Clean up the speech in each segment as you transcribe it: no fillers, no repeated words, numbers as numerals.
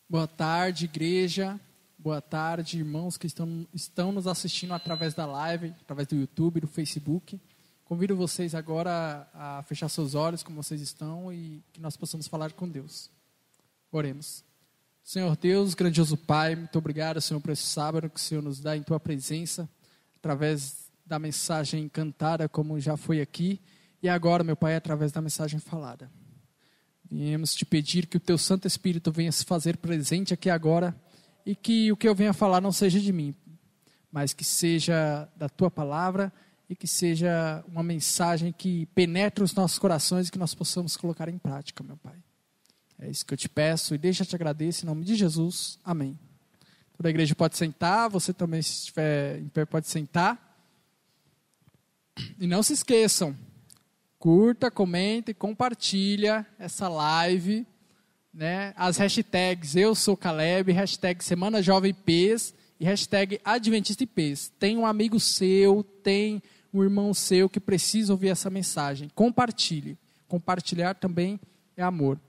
Boa tarde, igreja. Boa tarde, irmãos que estão nos assistindo através da live, através do YouTube, do Facebook. Convido vocês agora a fechar seus olhos como vocês estão e que nós possamos falar com Deus. Oremos. Senhor Deus, grandioso Pai, muito obrigado, Senhor, por esse sábado que o Senhor nos dá em Tua presença, através da mensagem cantada, como já foi aqui, e agora, meu Pai, através da mensagem falada. Viemos te pedir que o Teu Santo Espírito venha se fazer presente aqui agora e que o que eu venha falar não seja de mim, mas que seja da Tua palavra e que seja uma mensagem que penetre os nossos corações e que nós possamos colocar em prática, meu Pai. É isso que eu te peço e deixa eu te agradecer em nome de Jesus. Amém. Toda a igreja pode sentar, você também, se estiver em pé, pode sentar. E não se esqueçam, curta, comenta e compartilha essa live, né? As hashtags Eu Sou Caleb, hashtag Semana Jovem PES e hashtag Adventista PES. Tem um amigo seu, tem um irmão seu que precisa ouvir essa mensagem. Compartilhe. Compartilhar também é amor.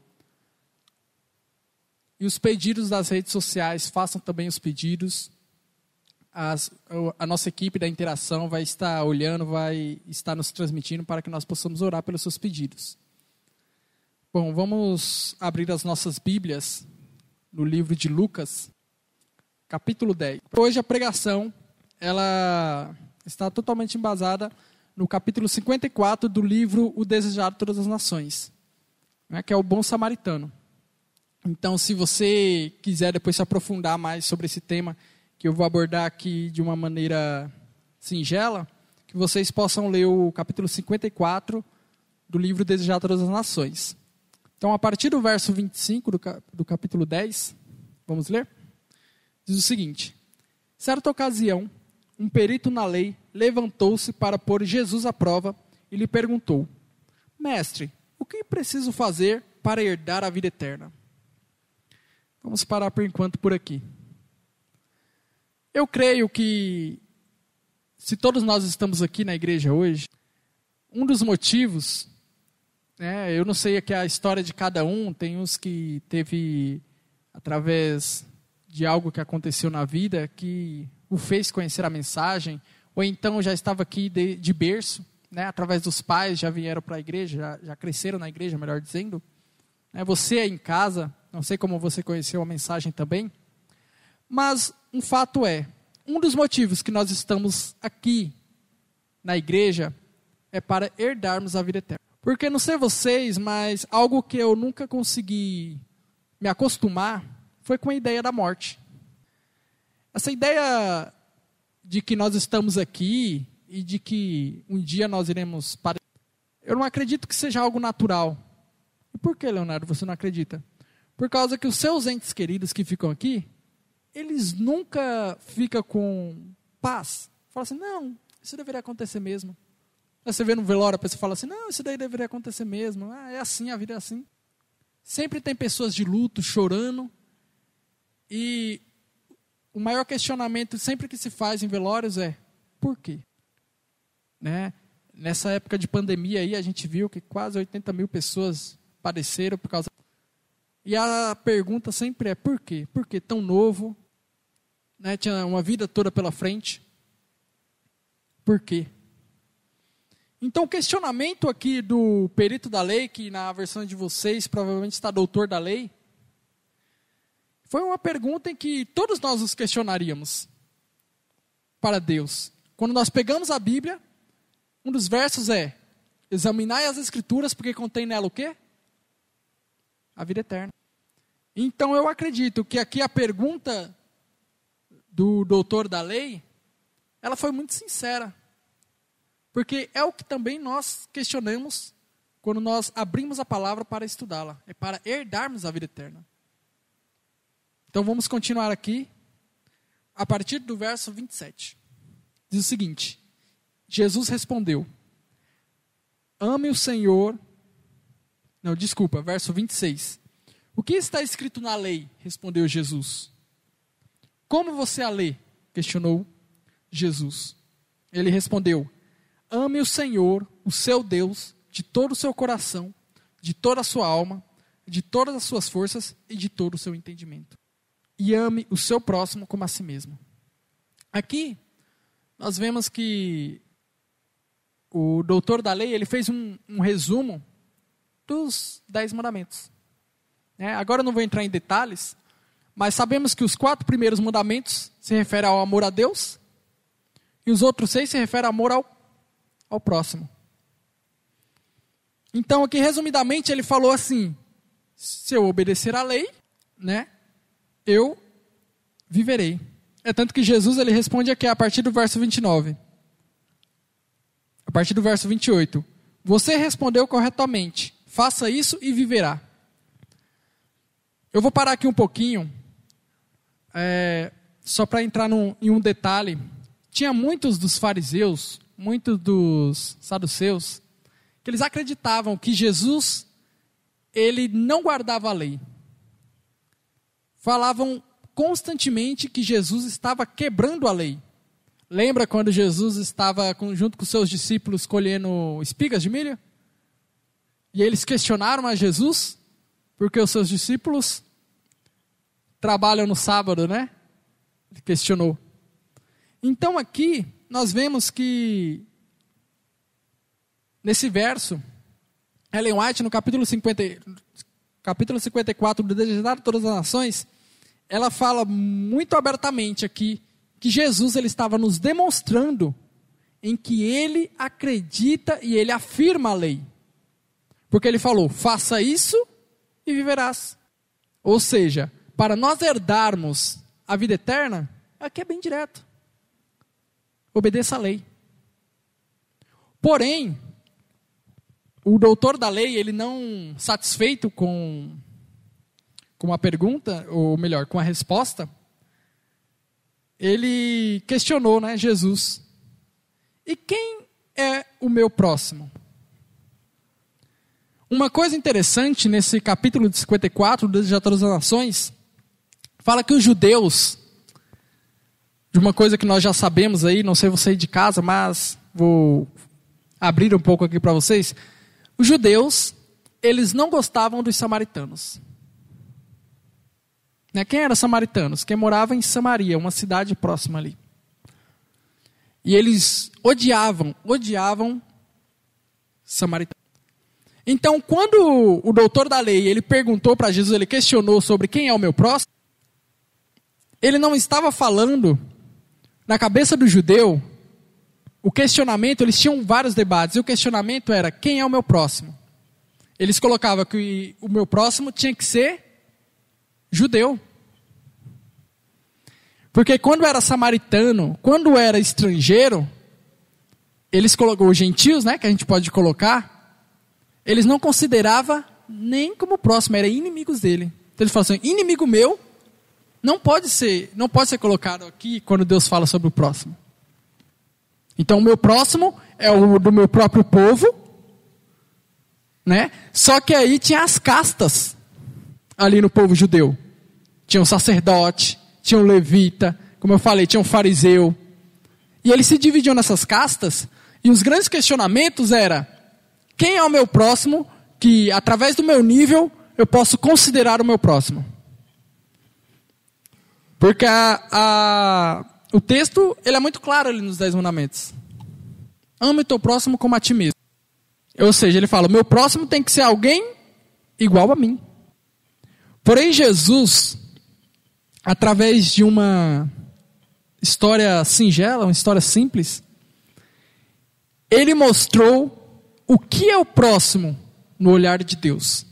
E os pedidos das redes sociais, façam também os pedidos. A nossa equipe da interação vai estar olhando, vai estar nos transmitindo para que nós possamos orar pelos seus pedidos. Bom, vamos abrir as nossas Bíblias no livro de Lucas, capítulo 10. Hoje a pregação, ela está totalmente embasada no capítulo 54 do livro O Desejado de Todas as Nações, né, que é o Bom Samaritano. Então, se você quiser depois se aprofundar mais sobre esse tema, que eu vou abordar aqui de uma maneira singela, que vocês possam ler o capítulo 54 do livro Desejado de Todas as Nações. Então, a partir do verso 25 do capítulo 10, vamos ler? Diz o seguinte: certa ocasião, um perito na lei levantou-se para pôr Jesus à prova e lhe perguntou: Mestre, o que preciso fazer para herdar a vida eterna? Vamos parar por enquanto por aqui. Eu creio que, se todos nós estamos aqui na igreja hoje, um dos motivos, né, eu não sei aqui a história de cada um, tem uns que teve, através de algo que aconteceu na vida, que o fez conhecer a mensagem, ou então já estava aqui de berço, né, através dos pais, já vieram para a igreja, já cresceram na igreja, melhor dizendo. Você aí em casa, não sei como você conheceu a mensagem também, mas um fato é, um dos motivos que nós estamos aqui na igreja é para herdarmos a vida eterna. Porque não sei vocês, mas algo que eu nunca consegui me acostumar foi com a ideia da morte. Essa ideia de que nós estamos aqui e de que um dia nós iremos para... Eu não acredito que seja algo natural. E por que, Leonardo, você não acredita? Por causa que os seus entes queridos que ficam aqui, eles nunca ficam com paz. Fala assim, não, isso deveria acontecer mesmo. Você vê no velório, a pessoa fala assim, não, isso daí deveria acontecer mesmo. É assim, a vida é assim. Sempre tem pessoas de luto, chorando. E o maior questionamento sempre que se faz em velórios é, por quê? Né? Nessa época de pandemia aí, a gente viu que quase 80 mil pessoas padeceram por causa... E a pergunta sempre é, por quê? Por que tão novo? Né? Tinha uma vida toda pela frente. Por quê? Então, o questionamento aqui do perito da lei, que na versão de vocês provavelmente está doutor da lei, foi uma pergunta em que todos nós nos questionaríamos para Deus. Quando nós pegamos a Bíblia, um dos versos é, examinai as Escrituras, porque contém nela o quê? A vida eterna. Então eu acredito que aqui a pergunta do doutor da lei, ela foi muito sincera. Porque é o que também nós questionamos quando nós abrimos a palavra para estudá-la. É para herdarmos a vida eterna. Então vamos continuar aqui, a partir do verso 27. Diz o seguinte: Jesus respondeu, ame o Senhor... Não, desculpa, verso 26. O que está escrito na lei? Respondeu Jesus. Como você a lê? Questionou Jesus. Ele respondeu, ame o Senhor, o seu Deus, de todo o seu coração, de toda a sua alma, de todas as suas forças e de todo o seu entendimento. e ame o seu próximo como a si mesmo. Aqui, nós vemos que o doutor da lei, ele fez um resumo dos 10 mandamentos. Agora eu não vou entrar em detalhes, mas sabemos que os 4 primeiros mandamentos se referem ao amor a Deus, e os outros 6 se referem ao amor ao próximo. Então, aqui, resumidamente, ele falou assim: se eu obedecer à lei, eu viverei. É tanto que Jesus, ele responde aqui a partir do verso 29. A partir do verso 28. Você respondeu corretamente. Faça isso e viverá. Eu vou parar aqui um pouquinho, só para entrar em um detalhe. Tinha muitos dos fariseus, muitos dos saduceus, que eles acreditavam que Jesus, ele não guardava a lei. Falavam constantemente que Jesus estava quebrando a lei. Lembra quando Jesus estava junto com seus discípulos colhendo espigas de milho? E eles questionaram a Jesus, porque os seus discípulos trabalham no sábado, Ele questionou. Então aqui, nós vemos que, nesse verso, Ellen White, no capítulo 54 do Desejar Todas as Nações, ela fala muito abertamente aqui que Jesus, ele estava nos demonstrando em que ele acredita e ele afirma a lei. Porque ele falou: faça isso e viverás. Ou seja, para nós herdarmos a vida eterna, aqui é bem direto. Obedeça a lei. Porém, o doutor da lei, ele não satisfeito com a pergunta, ou melhor, com a resposta, ele questionou, Jesus. E quem é o meu próximo? Uma coisa interessante nesse capítulo de 54, do Desejar Todas as Nações, fala que os judeus, de uma coisa que nós já sabemos aí, não sei você aí de casa, mas vou abrir um pouco aqui para vocês. Os judeus, eles não gostavam dos samaritanos. Quem eram samaritanos? Quem morava em Samaria, uma cidade próxima ali. E eles odiavam samaritanos. Então, quando o doutor da lei, ele perguntou para Jesus, ele questionou sobre quem é o meu próximo, ele não estava falando, na cabeça do judeu, o questionamento, eles tinham vários debates, e o questionamento era: quem é o meu próximo? Eles colocavam que o meu próximo tinha que ser judeu. Porque quando era samaritano, quando era estrangeiro, eles colocavam os gentios, que a gente pode colocar, eles não consideravam nem como próximo, eram inimigos dele. Então eles falavam assim: inimigo meu não pode ser colocado aqui quando Deus fala sobre o próximo. Então o meu próximo é o do meu próprio povo, Só que aí tinha as castas ali no povo judeu. Tinha um sacerdote, tinha um levita, como eu falei, tinha um fariseu. E eles se dividiam nessas castas, e os grandes questionamentos eram: quem é o meu próximo, que através do meu nível eu posso considerar o meu próximo? Porque o texto, ele é muito claro ali nos 10 mandamentos. Ame o teu próximo como a ti mesmo. Ou seja, ele fala: o meu próximo tem que ser alguém igual a mim. Porém, Jesus, através de uma história singela, uma história simples, ele mostrou o que é o próximo no olhar de Deus.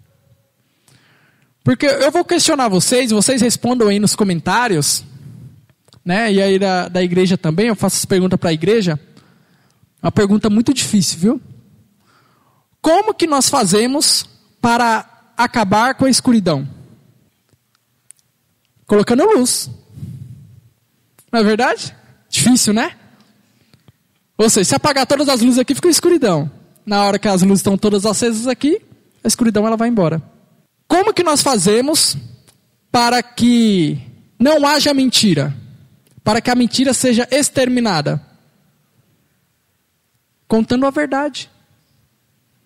Porque eu vou questionar vocês respondam aí nos comentários, e aí da igreja também, eu faço essa pergunta para a igreja, uma pergunta muito difícil, viu? Como que nós fazemos para acabar com a escuridão? Colocando luz. Não é verdade? Difícil, né? Ou seja, se apagar todas as luzes aqui, fica escuridão. Na hora que as luzes estão todas acesas aqui, a escuridão ela vai embora. Como que nós fazemos para que não haja mentira? Para que a mentira seja exterminada? Contando a verdade.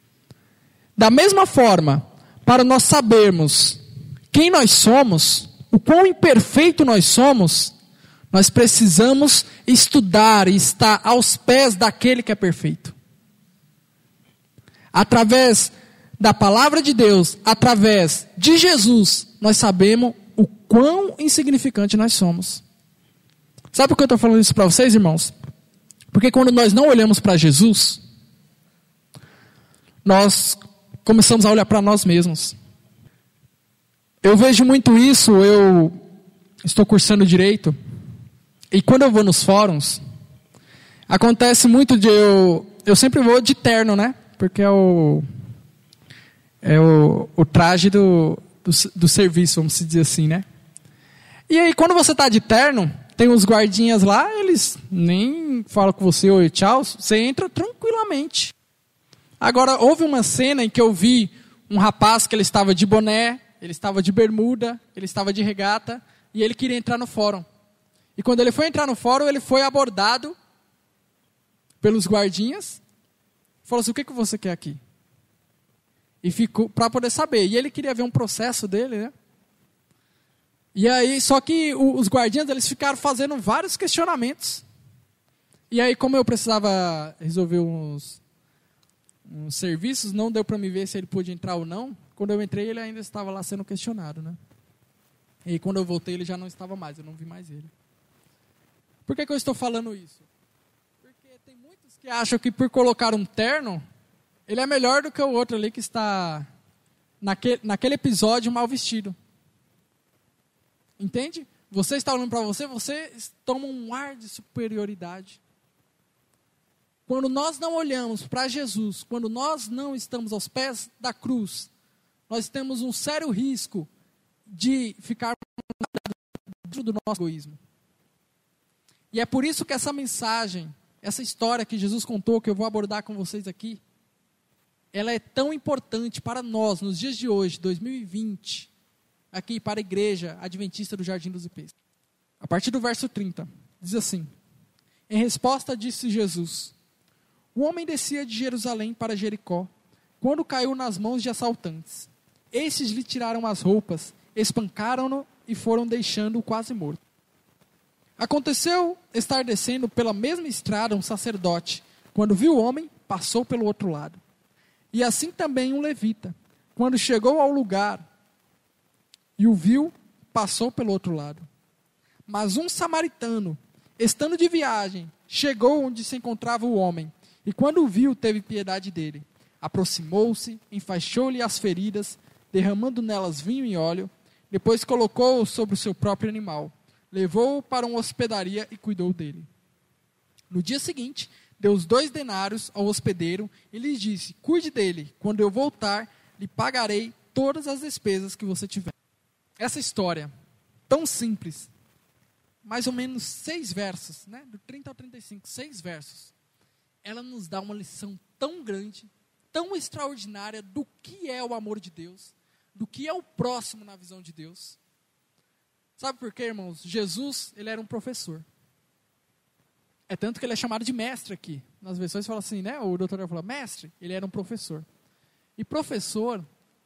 Da mesma forma, para nós sabermos quem nós somos, o quão imperfeito nós somos, nós precisamos estudar e estar aos pés daquele que é perfeito. Através da palavra de Deus, através de Jesus, nós sabemos o quão insignificante nós somos. Sabe por que eu estou falando isso para vocês, irmãos? Porque quando nós não olhamos para Jesus, nós começamos a olhar para nós mesmos. Eu vejo muito isso, eu estou cursando direito, e quando eu vou nos fóruns, acontece muito de eu sempre vou de terno, né? Porque é o traje do serviço, vamos dizer assim, né? E aí, quando você está de terno, tem os guardinhas lá, eles nem falam com você, oi, tchau, você entra tranquilamente. Agora, houve uma cena em que eu vi um rapaz que ele estava de boné, ele estava de bermuda, ele estava de regata, e ele queria entrar no fórum. E quando ele foi entrar no fórum, ele foi abordado pelos guardinhas, falou assim, o que você quer aqui? E ficou para poder saber. E ele queria ver um processo dele, né? E aí, só que os guardinhas, eles ficaram fazendo vários questionamentos. E aí, como eu precisava resolver uns serviços, não deu para me ver se ele podia entrar ou não. Quando eu entrei, ele ainda estava lá sendo questionado, né? E aí, quando eu voltei, ele já não estava mais, eu não vi mais ele. Por que eu estou falando isso? Porque tem muitos que acham que por colocar um terno, ele é melhor do que o outro ali que está naquele episódio mal vestido. Entende? Você está olhando para você toma um ar de superioridade. Quando nós não olhamos para Jesus, quando nós não estamos aos pés da cruz, nós temos um sério risco de ficar dentro do nosso egoísmo. E é por isso que essa mensagem, essa história que Jesus contou, que eu vou abordar com vocês aqui, ela é tão importante para nós, nos dias de hoje, 2020, aqui para a igreja adventista do Jardim dos Ipês. A partir do verso 30, diz assim, em resposta disse Jesus, o homem descia de Jerusalém para Jericó, quando caiu nas mãos de assaltantes. Estes lhe tiraram as roupas, espancaram-no e foram deixando-o quase morto. Aconteceu estar descendo pela mesma estrada um sacerdote, quando viu o homem, passou pelo outro lado. E assim também um levita, quando chegou ao lugar e o viu, passou pelo outro lado. Mas um samaritano, estando de viagem, chegou onde se encontrava o homem, e quando o viu, teve piedade dele. Aproximou-se, enfaixou-lhe as feridas, derramando nelas vinho e óleo, depois colocou-o sobre o seu próprio animal, levou-o para uma hospedaria e cuidou dele. No dia seguinte, deu os 2 denários ao hospedeiro e lhe disse, cuide dele, quando eu voltar, lhe pagarei todas as despesas que você tiver. Essa história, tão simples, mais ou menos 6 versos, né? Do 30 ao 35, 6 versos, ela nos dá uma lição tão grande, tão extraordinária do que é o amor de Deus, do que é o próximo na visão de Deus. Sabe por quê, irmãos? Jesus, ele era um professor. É tanto que ele é chamado de mestre aqui. Nas versões fala assim, né? O doutor fala, mestre, ele era um professor. E professor,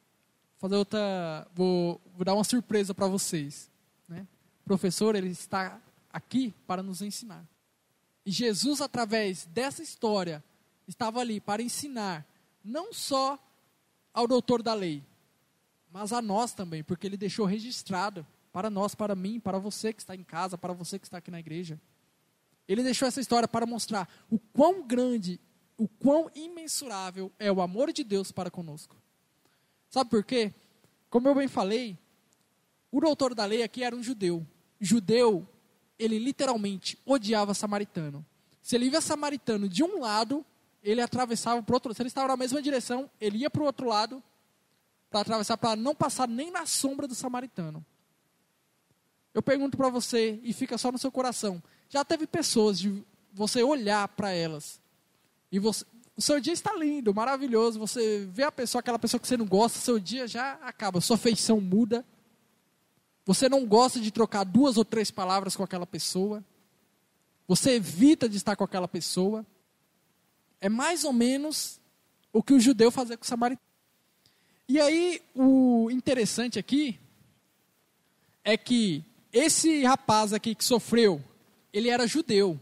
vou dar uma surpresa para vocês, né? Professor, ele está aqui para nos ensinar. E Jesus, através dessa história, estava ali para ensinar, não só ao doutor da lei, mas a nós também, porque ele deixou registrado para nós, para mim, para você que está em casa, para você que está aqui na igreja. Ele deixou essa história para mostrar o quão grande, o quão imensurável é o amor de Deus para conosco. Sabe por quê? Como eu bem falei, o doutor da lei aqui era um judeu. Judeu, ele literalmente odiava samaritano. Se ele via samaritano de um lado, ele atravessava para o outro. Se ele estava na mesma direção, ele ia para o outro lado para atravessar, para não passar nem na sombra do samaritano. Eu pergunto para você, e fica só no seu coração, já teve pessoas de você olhar para elas, e o seu dia está lindo, maravilhoso, você vê a pessoa, aquela pessoa que você não gosta, seu dia já acaba, sua feição muda, você não gosta de trocar 2 ou 3 palavras com aquela pessoa, você evita de estar com aquela pessoa. É mais ou menos o que o judeu fazia com o samaritano. E aí, o interessante aqui é que esse rapaz aqui que sofreu, ele era judeu.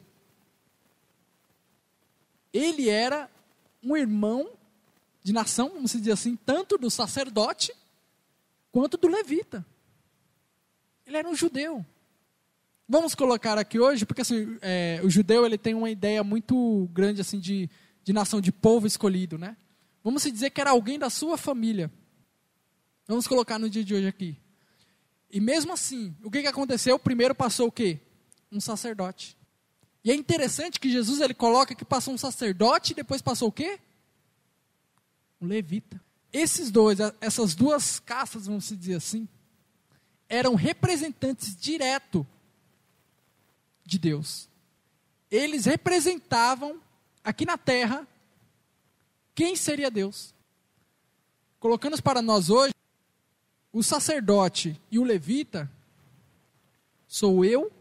Ele era um irmão de nação, vamos dizer assim, tanto do sacerdote quanto do levita. Ele era um judeu. Vamos colocar aqui hoje, porque assim, o judeu ele tem uma ideia muito grande assim, de nação, de povo escolhido, né? Vamos dizer que era alguém da sua família. Vamos colocar no dia de hoje aqui. E mesmo assim, o que aconteceu? Primeiro passou o quê? Um sacerdote. E é interessante que Jesus ele coloca que passou um sacerdote e depois passou o quê? Um levita. Essas duas castas, vamos dizer assim, eram representantes direto de Deus. Eles representavam aqui na terra quem seria Deus. Colocando para nós hoje, o sacerdote e o levita sou eu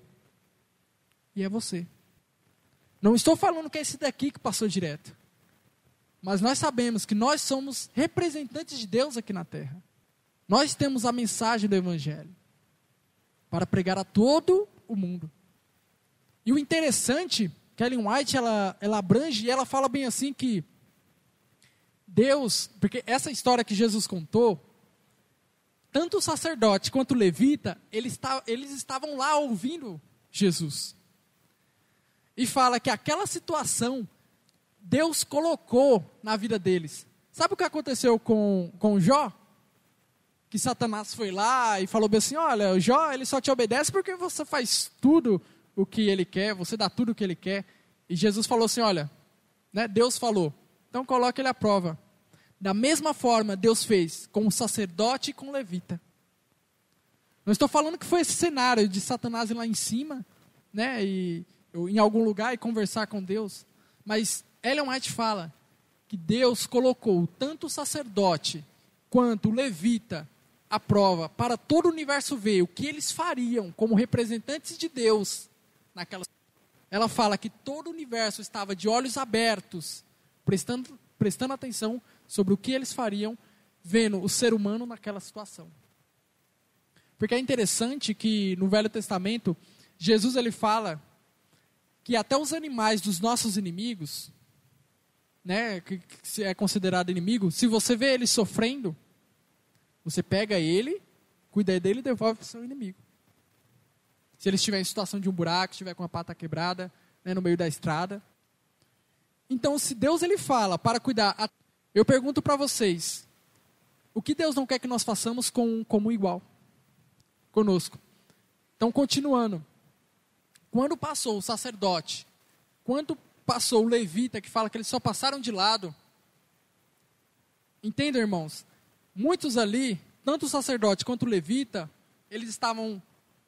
e é você. Não estou falando que é esse daqui que passou direto. Mas nós sabemos que nós somos representantes de Deus aqui na terra. Nós temos a mensagem do Evangelho para pregar a todo o mundo. E o interessante, que Ellen White ela abrange e ela fala bem assim que Deus, porque essa história que Jesus contou, tanto o sacerdote quanto o levita, eles estavam lá ouvindo Jesus. E fala que aquela situação, Deus colocou na vida deles. Sabe o que aconteceu com Jó? Que Satanás foi lá e falou bem assim, olha, o Jó, ele só te obedece porque você faz tudo o que ele quer, você dá tudo o que ele quer. E Jesus falou assim, olha, né, Deus falou, então coloque ele à prova. Da mesma forma, Deus fez com o sacerdote e com o levita. Não estou falando que foi esse cenário de Satanás ir lá em cima, né, e em algum lugar e conversar com Deus. Mas Ellen White fala que Deus colocou tanto o sacerdote quanto o levita à prova para todo o universo ver o que eles fariam como representantes de Deus naquela. Ela fala que todo o universo estava de olhos abertos, prestando atenção sobre o que eles fariam, vendo o ser humano naquela situação. Porque é interessante que no Velho Testamento, Jesus ele fala que até os animais dos nossos inimigos, né, que é considerado inimigo, se você vê ele sofrendo, você pega ele, cuida dele e devolve para o seu inimigo. Se ele estiver em situação de um buraco, estiver com a pata quebrada, né, no meio da estrada. Então, se Deus ele fala para cuidar, eu pergunto para vocês, o que Deus não quer que nós façamos como igual conosco? Então, continuando. Quando passou o sacerdote, quando passou o levita, que fala que eles só passaram de lado, entendam, irmãos, muitos ali, tanto o sacerdote quanto o levita, eles estavam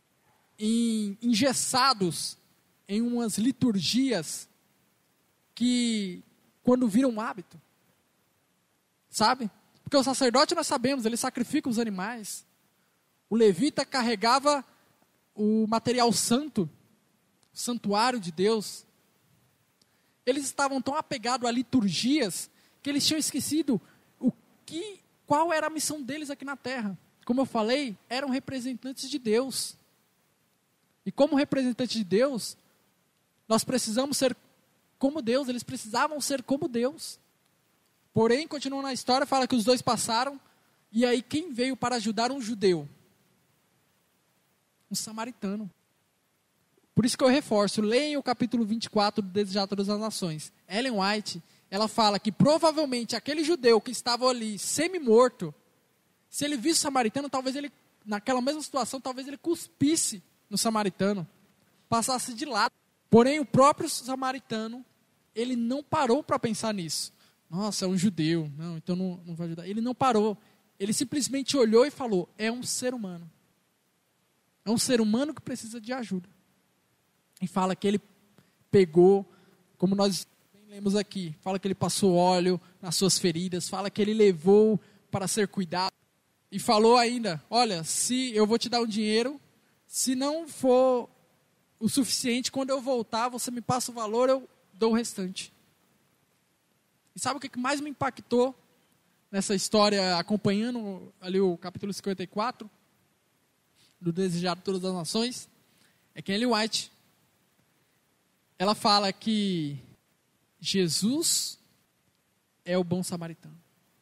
engessados em umas liturgias que, quando viram um hábito, sabe? Porque o sacerdote, nós sabemos, ele sacrifica os animais. O levita carregava o material santo, o santuário de Deus. Eles estavam tão apegados a liturgias que eles tinham esquecido qual era a missão deles aqui na terra. Como eu falei, eram representantes de Deus. E como representantes de Deus, nós precisamos ser como Deus, eles precisavam ser como Deus. Porém, continuando na história, fala que os dois passaram, e aí quem veio para ajudar um judeu? Um samaritano. Por isso que eu reforço, leiam o capítulo 24 do Desejar Todas as Nações. Ellen White, ela fala que provavelmente aquele judeu que estava ali semi-morto, se ele visse o samaritano, talvez ele, naquela mesma situação, talvez ele cuspisse no samaritano, passasse de lado. Porém, o próprio samaritano, ele não parou para pensar nisso. Nossa, é um judeu, não, então não vai ajudar. Ele não parou, ele simplesmente olhou e falou, é um ser humano. É um ser humano que precisa de ajuda. E fala que ele pegou, como nós lemos aqui, fala que ele passou óleo nas suas feridas, fala que ele levou para ser cuidado. E falou ainda, olha, se eu vou te dar um dinheiro, se não for o suficiente, quando eu voltar, você me passa o valor, eu dou o restante. E sabe o que mais me impactou nessa história, acompanhando ali o capítulo 54? do Desejado de Todas as Nações, é que Ellen White, ela fala que Jesus é o bom samaritano.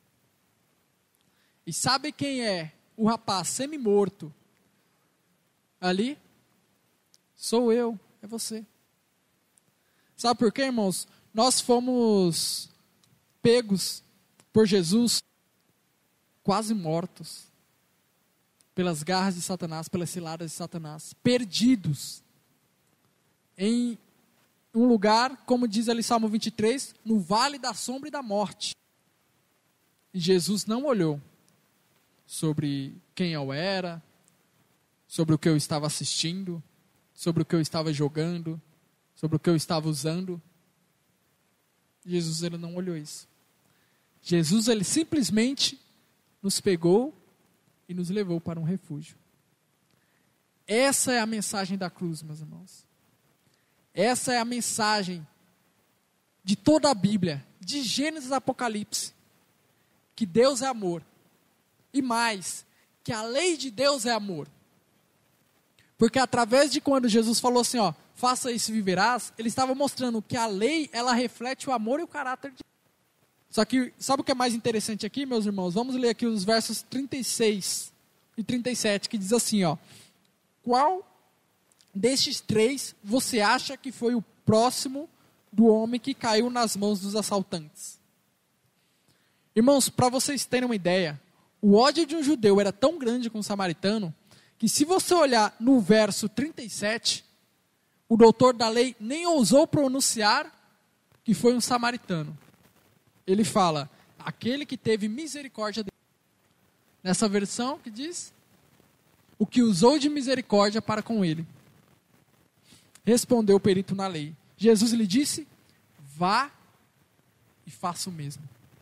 E sabe quem é o rapaz semi-morto ali? Sou eu, é você. Sabe por quê, irmãos? Nós fomos pegos por Jesus quase mortos pelas garras de Satanás, pelas ciladas de Satanás, perdidos em um lugar, como diz ali Salmo 23, no vale da sombra e da morte. E Jesus não olhou sobre quem eu era, sobre o que eu estava assistindo, sobre o que eu estava jogando, sobre o que eu estava usando. Jesus, ele não olhou isso. Jesus, ele simplesmente nos pegou e nos levou para um refúgio. Essa é a mensagem da cruz, meus irmãos. Essa é a mensagem de toda a Bíblia, de Gênesis a Apocalipse, que Deus é amor. E mais, que a lei de Deus é amor. Porque através de quando Jesus falou assim, ó, faça isso e viverás, ele estava mostrando que a lei, ela reflete o amor e o caráter de Deus. Só que, sabe o que é mais interessante aqui, meus irmãos? Vamos ler aqui os versos 36 e 37, que diz assim, ó. Qual destes três você acha que foi o próximo do homem que caiu nas mãos dos assaltantes? Irmãos, para vocês terem uma ideia, o ódio de um judeu era tão grande com o samaritano, que se você olhar no verso 37, o doutor da lei nem ousou pronunciar que foi um samaritano. Ele fala, aquele que teve misericórdia dele. Nessa versão que diz, o que usou de misericórdia para com ele. Respondeu o perito na lei. Jesus lhe disse, vá e faça o mesmo.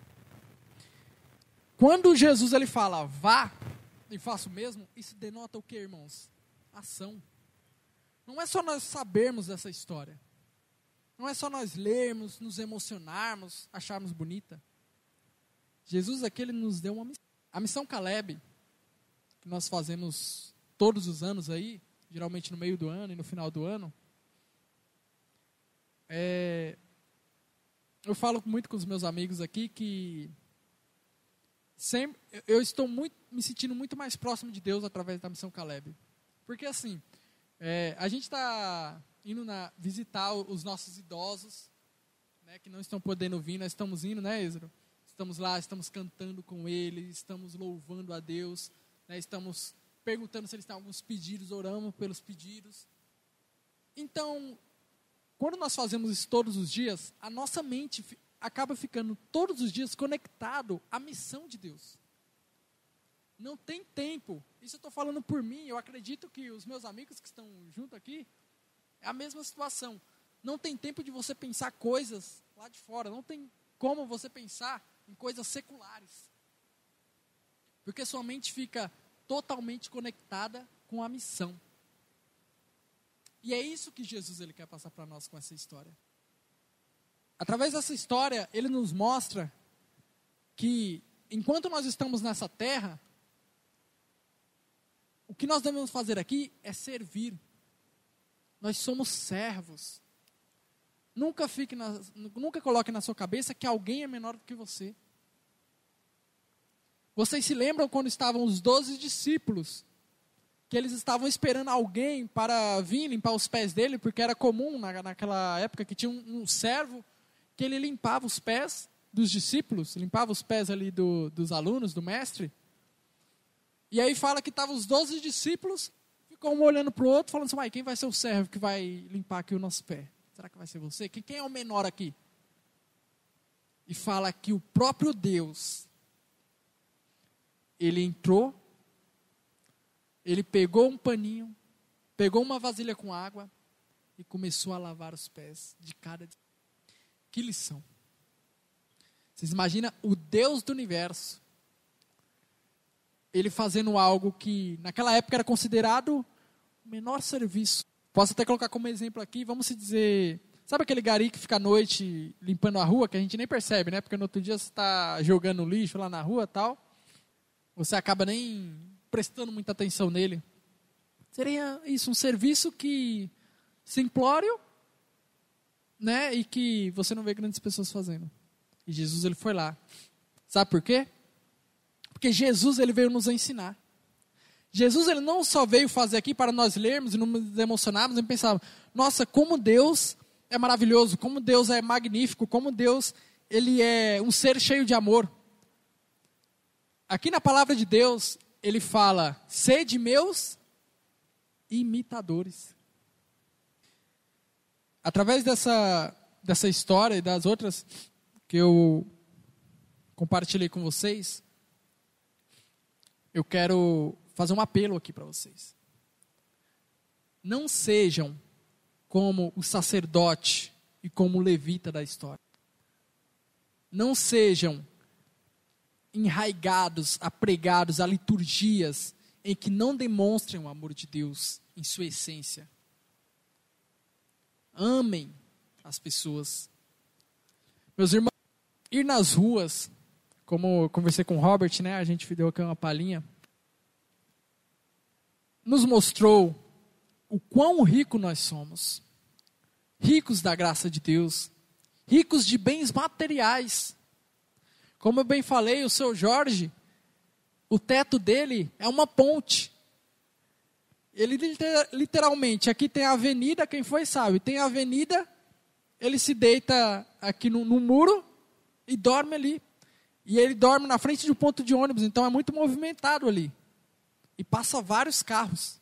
Quando Jesus ele fala, vá e faça o mesmo, isso denota o que, irmãos? Ação. Não é só nós sabermos dessa história. Não é só nós lermos, nos emocionarmos, acharmos bonita. Jesus aqui, ele nos deu uma missão. A missão Caleb, que nós fazemos todos os anos aí, geralmente no meio do ano e no final do ano, eu falo muito com os meus amigos aqui que sempre, eu estou me sentindo muito mais próximo de Deus através da missão Caleb. Porque assim, a gente está indo visitar os nossos idosos, né, que não estão podendo vir, nós estamos indo, né, Ezra? Estamos lá, estamos cantando com eles, estamos louvando a Deus, né, estamos perguntando se eles têm alguns pedidos, oramos pelos pedidos. Então, quando nós fazemos isso todos os dias, a nossa mente acaba ficando todos os dias conectado à missão de Deus. Não tem tempo, isso eu estou falando por mim, eu acredito que os meus amigos que estão junto aqui, é a mesma situação. Não tem tempo de você pensar coisas lá de fora, não tem como você pensar em coisas seculares. Porque sua mente fica totalmente conectada com a missão. E é isso que Jesus ele quer passar para nós com essa história. Através dessa história, ele nos mostra que enquanto nós estamos nessa terra, o que nós devemos fazer aqui é servir. Nós somos servos. Nunca coloque na sua cabeça que alguém é menor do que você. Vocês se lembram quando estavam os 12 discípulos? Que eles estavam esperando alguém para vir limpar os pés dele, porque era comum naquela época que tinha um servo que ele limpava os pés dos discípulos, limpava os pés ali dos alunos, do mestre. E aí fala que estavam os 12 discípulos, ficou um olhando para o outro, falando assim, quem vai ser o servo que vai limpar aqui o nosso pé? Será que vai ser você? Quem é o menor aqui? E fala que o próprio Deus, ele entrou, ele pegou um paninho, pegou uma vasilha com água e começou a lavar os pés de cada. Que lição! Vocês imaginam o Deus do universo, ele fazendo algo que naquela época era considerado o menor serviço. Posso até colocar como exemplo aqui, vamos dizer, sabe aquele gari que fica à noite limpando a rua, que a gente nem percebe, né? Porque no outro dia você está jogando lixo lá na rua e tal, você acaba nem prestando muita atenção nele. Seria isso, um serviço que simplório, né? E que você não vê grandes pessoas fazendo. E Jesus, ele foi lá. Sabe por quê? Porque Jesus, ele veio nos ensinar. Jesus, ele não só veio fazer aqui para nós lermos e nos emocionarmos e pensarmos, nossa, como Deus é maravilhoso, como Deus é magnífico, como Deus, ele é um ser cheio de amor. Aqui na palavra de Deus, ele fala, sede meus imitadores. Através dessa história e das outras que eu compartilhei com vocês, eu quero fazer um apelo aqui para vocês. Não sejam como o sacerdote e como o levita da história. Não sejam enraigados, apregados a liturgias em que não demonstrem o amor de Deus em sua essência. Amem as pessoas. Meus irmãos, ir nas ruas, como eu conversei com o Robert, né, a gente deu aqui uma palhinha, nos mostrou o quão rico nós somos. Ricos da graça de Deus, ricos de bens materiais. Como eu bem falei, o seu Jorge, o teto dele é uma ponte. Ele literalmente, aqui tem a avenida, quem foi sabe, tem a avenida, ele se deita aqui no muro e dorme ali. E ele dorme na frente de um ponto de ônibus, então é muito movimentado ali. E passa vários carros.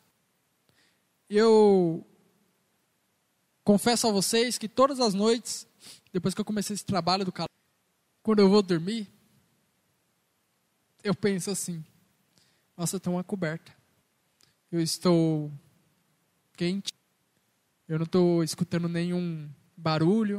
Eu confesso a vocês que todas as noites, depois que eu comecei esse trabalho do calor, quando eu vou dormir, eu penso assim, nossa, tem uma coberta. Eu estou quente, eu não estou escutando nenhum barulho.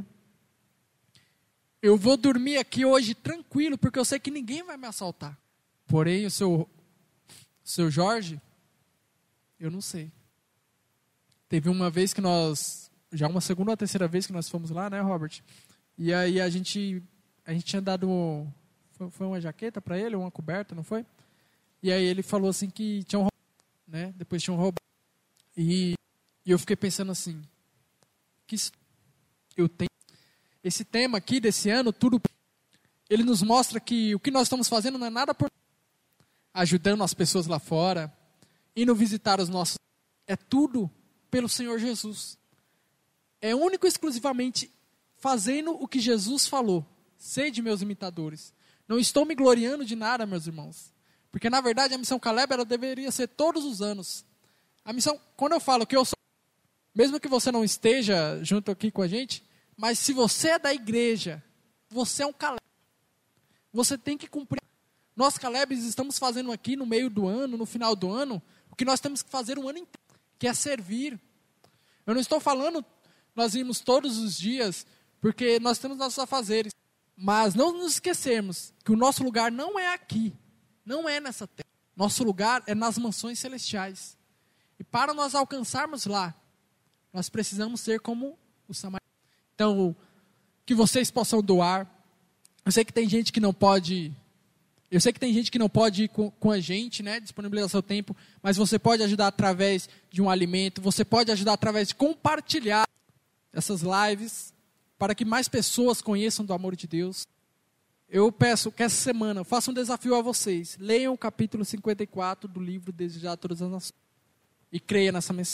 Eu vou dormir aqui hoje tranquilo, porque eu sei que ninguém vai me assaltar. Porém, o seu Jorge, eu não sei. Teve uma vez que nós, já uma segunda ou terceira vez que nós fomos lá, né, Robert? E aí a gente tinha dado, foi uma jaqueta para ele, uma coberta, não foi? E aí ele falou assim que tinham roubado, né? Depois tinham roubado. E eu fiquei pensando assim, que eu tenho esse tema aqui desse ano, tudo, ele nos mostra que o que nós estamos fazendo não é nada por ajudando as pessoas lá fora, indo visitar os nossos, é tudo pelo Senhor Jesus. É único e exclusivamente fazendo o que Jesus falou. Sede meus imitadores. Não estou me gloriando de nada, meus irmãos. Porque na verdade a missão Caleb, ela deveria ser todos os anos. A missão, quando eu falo que eu sou, mesmo que você não esteja junto aqui com a gente, mas se você é da igreja, você é um Caleb. Você tem que cumprir. Nós Calebs estamos fazendo aqui no meio do ano, no final do ano, o que nós temos que fazer o ano inteiro, que é servir. Eu não estou falando nós irmos todos os dias, porque nós temos nossos afazeres. Mas não nos esquecermos que o nosso lugar não é aqui, não é nessa terra. Nosso lugar é nas mansões celestiais. E para nós alcançarmos lá, nós precisamos ser como o samaritano. Então, que vocês possam doar. Eu sei que tem gente que não pode ir com a gente, né, disponibilizar seu tempo, mas você pode ajudar através de um alimento, você pode ajudar através de compartilhar essas lives, para que mais pessoas conheçam do amor de Deus. Eu peço que essa semana eu faça um desafio a vocês. Leiam o capítulo 54 do livro Desejar Todas as Nações. E creia nessa mensagem.